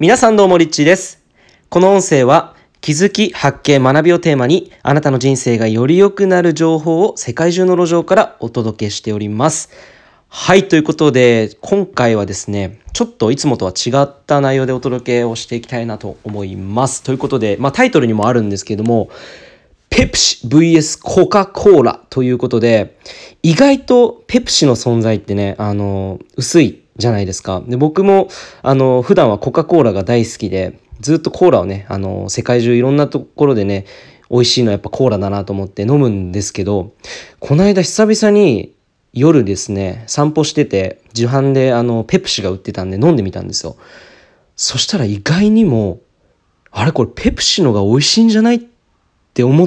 皆さんどうもリッチーです。この音声は気づき、発見、学びをテーマにあなたの人生がより良くなる情報を世界中の路上からお届けしております。はい、ということで今回はですね、ちょっといつもとは違った内容でお届けをしていきたいなと思います。ということで、タイトルにもあるんですけども、ペプシ VS コカ・コーラということで、意外とペプシの存在ってね、薄いじゃないですか。で、僕も普段はコカ・コーラが大好きで、ずっとコーラをね、世界中いろんなところでね、美味しいのはやっぱコーラだなと思って飲むんですけど、この間久々に夜ですね、散歩してて自販でペプシが売ってたんで飲んでみたんですよ。そしたら意外にも、あれこれペプシのが美味しいんじゃないって思って、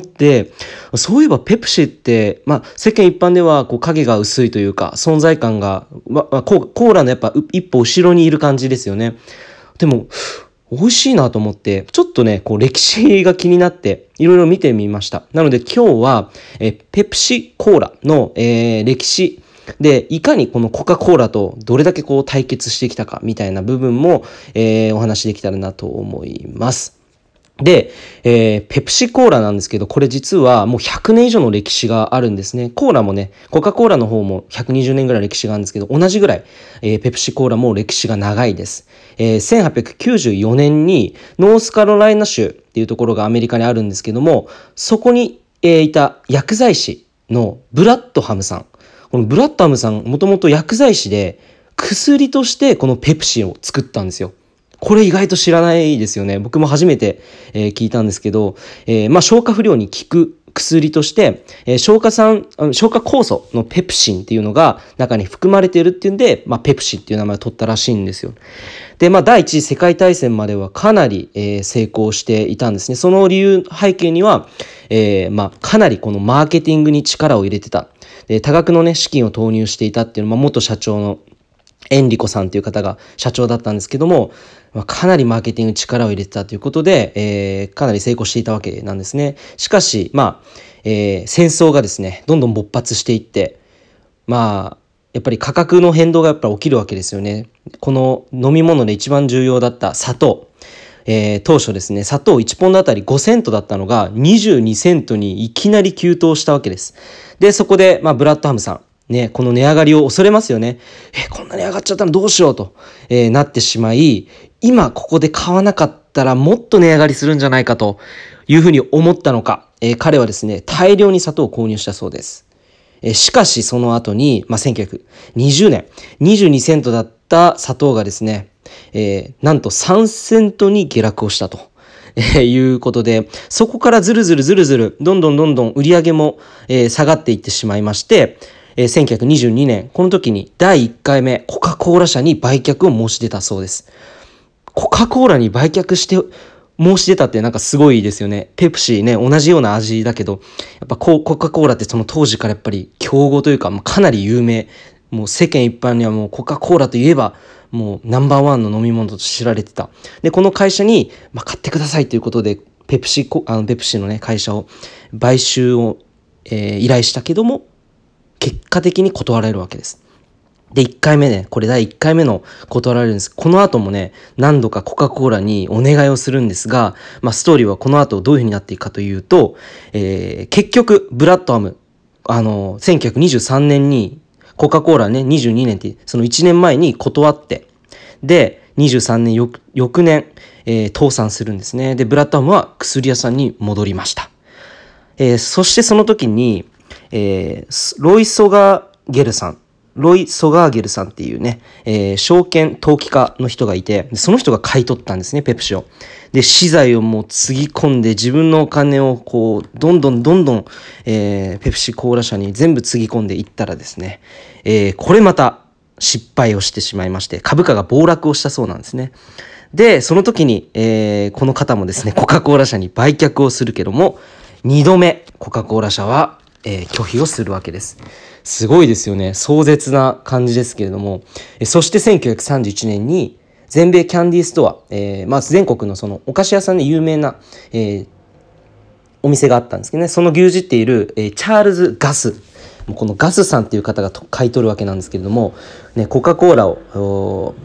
そういえばペプシって、世間一般ではこう影が薄いというか存在感が、コーラのやっぱ一歩後ろにいる感じですよね。でも美味しいなと思って、ちょっとねこう歴史が気になっていろいろ見てみました。なので今日はペプシコーラの、歴史でいかにこのコカ・コーラとどれだけこう対決してきたかみたいな部分も、お話しできたらなと思います。で、ペプシコーラなんですけど、これ実はもう100年以上の歴史があるんですね。コーラもね、コカ・コーラの方も120年ぐらい歴史があるんですけど、同じぐらい、ペプシコーラも歴史が長いです。1894年にノースカロライナ州っていうところがアメリカにあるんですけども、そこに、いた薬剤師のブラッドハムさん。このブラッドハムさん、もともと薬剤師で薬としてこのペプシを作ったんですよ。これ意外と知らないですよね。僕も初めて、聞いたんですけど、消化不良に効く薬として、消化酵素のペプシンっていうのが中に含まれているっていうんで、ペプシっていう名前を取ったらしいんですよ。で、第一次世界大戦まではかなり、成功していたんですね。その理由、背景には、かなりこのマーケティングに力を入れてた。で、多額のね、資金を投入していたっていうのは、元社長のエンリコさんという方が社長だったんですけども、かなりマーケティングに力を入れてたということで、かなり成功していたわけなんですね。しかし、戦争がですね、どんどん勃発していって、やっぱり価格の変動がやっぱり起きるわけですよね。この飲み物で一番重要だった砂糖。当初ですね、砂糖1ポンドあたり5セントだったのが22セントにいきなり急騰したわけです。で、そこで、ブラッドハムさん、ね、この値上がりを恐れますよね。こんなに上がっちゃったらどうしようと、なってしまい、今ここで買わなかったらもっと値上がりするんじゃないかというふうに思ったのか、彼はですね、大量に砂糖を購入したそうです。しかしその後に、1920年、22セントだった砂糖がですね、なんと3セントに下落をしたと。いうことで、そこからずるずる、どんどん売り上げも、下がっていってしまいまして、1922年、この時に第1回目、コカ・コーラ社に売却を申し出たそうです。コカ・コーラに売却して申し出たってなんかすごいですよね。ペプシね、同じような味だけど、やっぱコカ・コーラってその当時からやっぱり競合というか、かなり有名。もう世間一般にはもうコカ・コーラといえば、もうナンバーワンの飲み物と知られてた。で、この会社に、買ってくださいということで、ペプシのね、会社を買収を、依頼したけども、結果的に断られるわけです。で、1回目ね、これ第1回目の断られるんです。この後もね、何度かコカ・コーラにお願いをするんですが、ストーリーはこの後どういう風になっていくかというと、結局、ブラッドハム、1923年に、コカ・コーラね、22年って、その1年前に断って、で、23年翌年、倒産するんですね。で、ブラッドハムは薬屋さんに戻りました。そしてその時に、ロイ・ソガーゲルさんっていうね、証券投機家の人がいて、その人が買い取ったんですね、ペプシを。で、資材をもうつぎ込んで、自分のお金をこう、どんどん、ペプシコーラ社に全部つぎ込んでいったらですね、これまた失敗をしてしまいまして、株価が暴落をしたそうなんですね。で、その時に、この方もですね、コカ・コーラ社に売却をするけども、2度目、コカ・コーラ社は、拒否をするわけです。すごいですよね。壮絶な感じですけれども、そして1931年に全米キャンディーストア、全国のそのお菓子屋さんで有名な、お店があったんですけどね、その牛耳っている、チャールズ・ガス、このガスさんっていう方が買い取るわけなんですけれども、ね、コカ・コーラを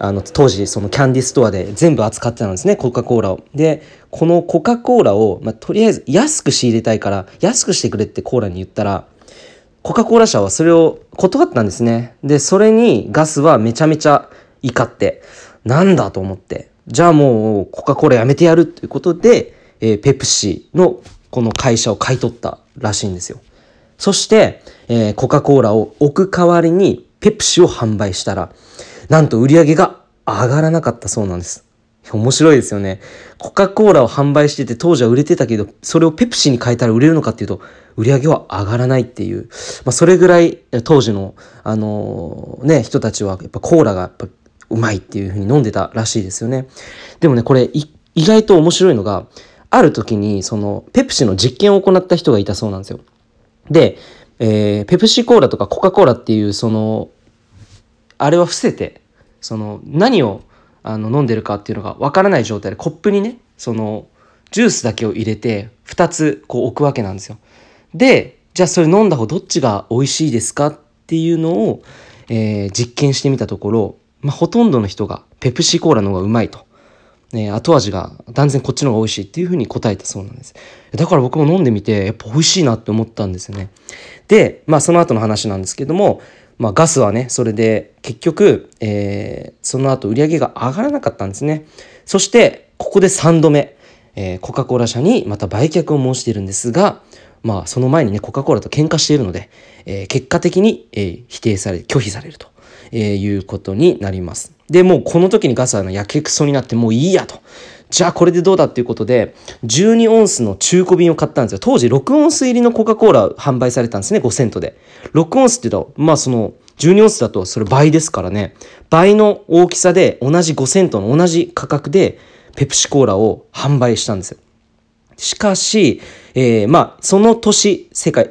当時そのキャンディストアで全部扱ってたんですね、コカ・コーラを。でこのコカ・コーラを、とりあえず安く仕入れたいから安くしてくれってコーラに言ったら、コカ・コーラ社はそれを断ったんですね。でそれにガスはめちゃめちゃ怒って、なんだと思って、じゃあもうコカ・コーラやめてやるということで、ペプシのこの会社を買い取ったらしいんですよ。そして、コカ・コーラを置く代わりにペプシを販売したら、なんと売り上げが上がらなかったそうなんです。面白いですよね。コカ・コーラを販売してて当時は売れてたけど、それをペプシに変えたら売れるのかっていうと、売り上げは上がらないっていう、それぐらい当時の人たちはやっぱコーラがやっぱうまいっていう風に飲んでたらしいですよね。でもね、これ意外と面白いのが、ある時にそのペプシの実験を行った人がいたそうなんですよ。で、ペプシコーラとかコカ・コーラっていうあれは伏せて、何を飲んでるかっていうのがわからない状態でコップにね、ジュースだけを入れて2つこう置くわけなんですよ。で、じゃあそれ飲んだ方どっちが美味しいですかっていうのを、実験してみたところ、ほとんどの人がペプシコーラの方がうまいと。後味が断然こっちの方が美味しいっていうふうに答えたそうなんです。だから僕も飲んでみてやっぱ美味しいなって思ったんですよね。で、その後の話なんですけども、ガスはね、それで結局、その後売り上げが上がらなかったんですね。そしてここで3度目、コカ・コーラ社にまた売却を申しているんですが、その前にねコカ・コーラと喧嘩しているので、結果的に、拒否されると、いうことになります。でもうこの時にガスはやけくそになって、もういいやと、じゃあこれでどうだっていうことで12オンスの中古瓶を買ったんですよ。当時6オンス入りのコカ・コーラ販売されたんですね、5セントで。6オンスって言うと12オンスだとそれ倍ですからね、倍の大きさで同じ5セントの同じ価格でペプシコーラを販売したんですよ。しかし、その年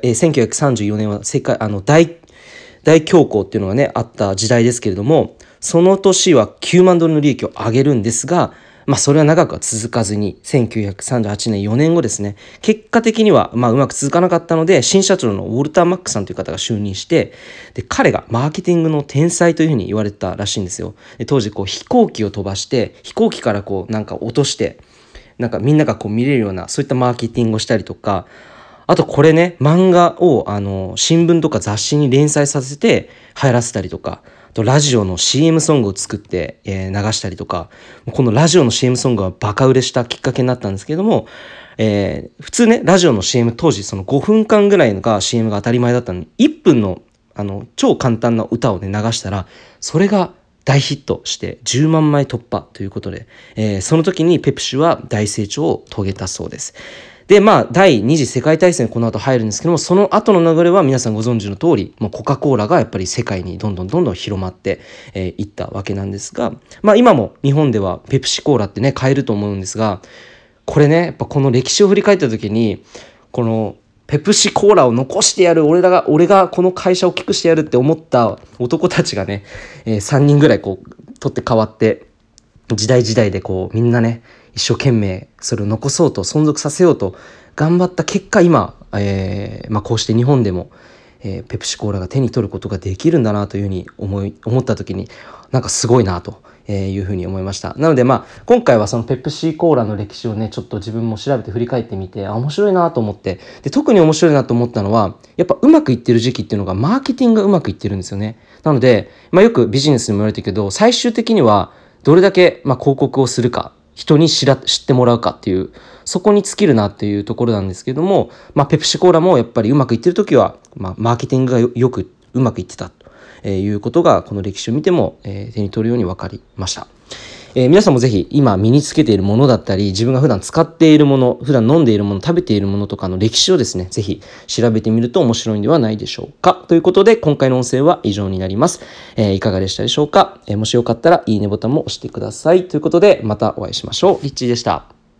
1934年は大恐慌っていうのがねあった時代ですけれども、その年は9万ドルの利益を上げるんですが、それは長くは続かずに1938年4年後ですね、結果的にはうまく続かなかったので、新社長のウォルター・マックさんという方が就任して、で彼がマーケティングの天才というふうに言われてたらしいんですよ。で当時飛行機を飛ばして、飛行機から落として、みんなが見れるようなそういったマーケティングをしたりとか、あとこれね、漫画を新聞とか雑誌に連載させて流行らせたりとか、あとラジオの CM ソングを作って、流したりとか、このラジオの CM ソングはバカ売れしたきっかけになったんですけども、普通ねラジオの CM 当時5分間ぐらいが CM が当たり前だったのに、1分の超簡単な歌をね流したら、それが大ヒットして10万枚突破ということで、その時にペプシは大成長を遂げたそうです。で第二次世界大戦この後入るんですけども、その後の流れは皆さんご存知の通り、もうコカ・コーラがやっぱり世界にどんどん広まっていったわけなんですが、今も日本ではペプシコーラってね買えると思うんですが、これねやっぱこの歴史を振り返った時に、このペプシコーラを残してやる、俺がこの会社を大きくしてやるって思った男たちがね、3人ぐらい取って変わって、時代でみんなね一生懸命それを残そうと存続させようと頑張った結果、今、こうして日本でも、ペプシコーラが手に取ることができるんだなというふうに思った時に、すごいなというふうに思いました。なので今回はそのペプシコーラの歴史をねちょっと自分も調べて振り返ってみて、面白いなと思って、で特に面白いなと思ったのは、やっぱうまくいってる時期っていうのがマーケティングがうまくいってるんですよね。なので、よくビジネスにも言われてるけど、最終的にはどれだけ広告をするか、人に知ってもらうかっていう、そこに尽きるなっていうところなんですけども、ペプシコーラもやっぱりうまくいってる時は、マーケティングがよくうまくいってたということが、この歴史を見ても、手に取るように分かりました。皆さんもぜひ今身につけているものだったり、自分が普段使っているもの、普段飲んでいるもの、食べているものとかの歴史をですね、ぜひ調べてみると面白いんではないでしょうか。ということで今回の音声は以上になります。いかがでしたでしょうか。もしよかったらいいねボタンも押してください。ということでまたお会いしましょう。リッチーでした。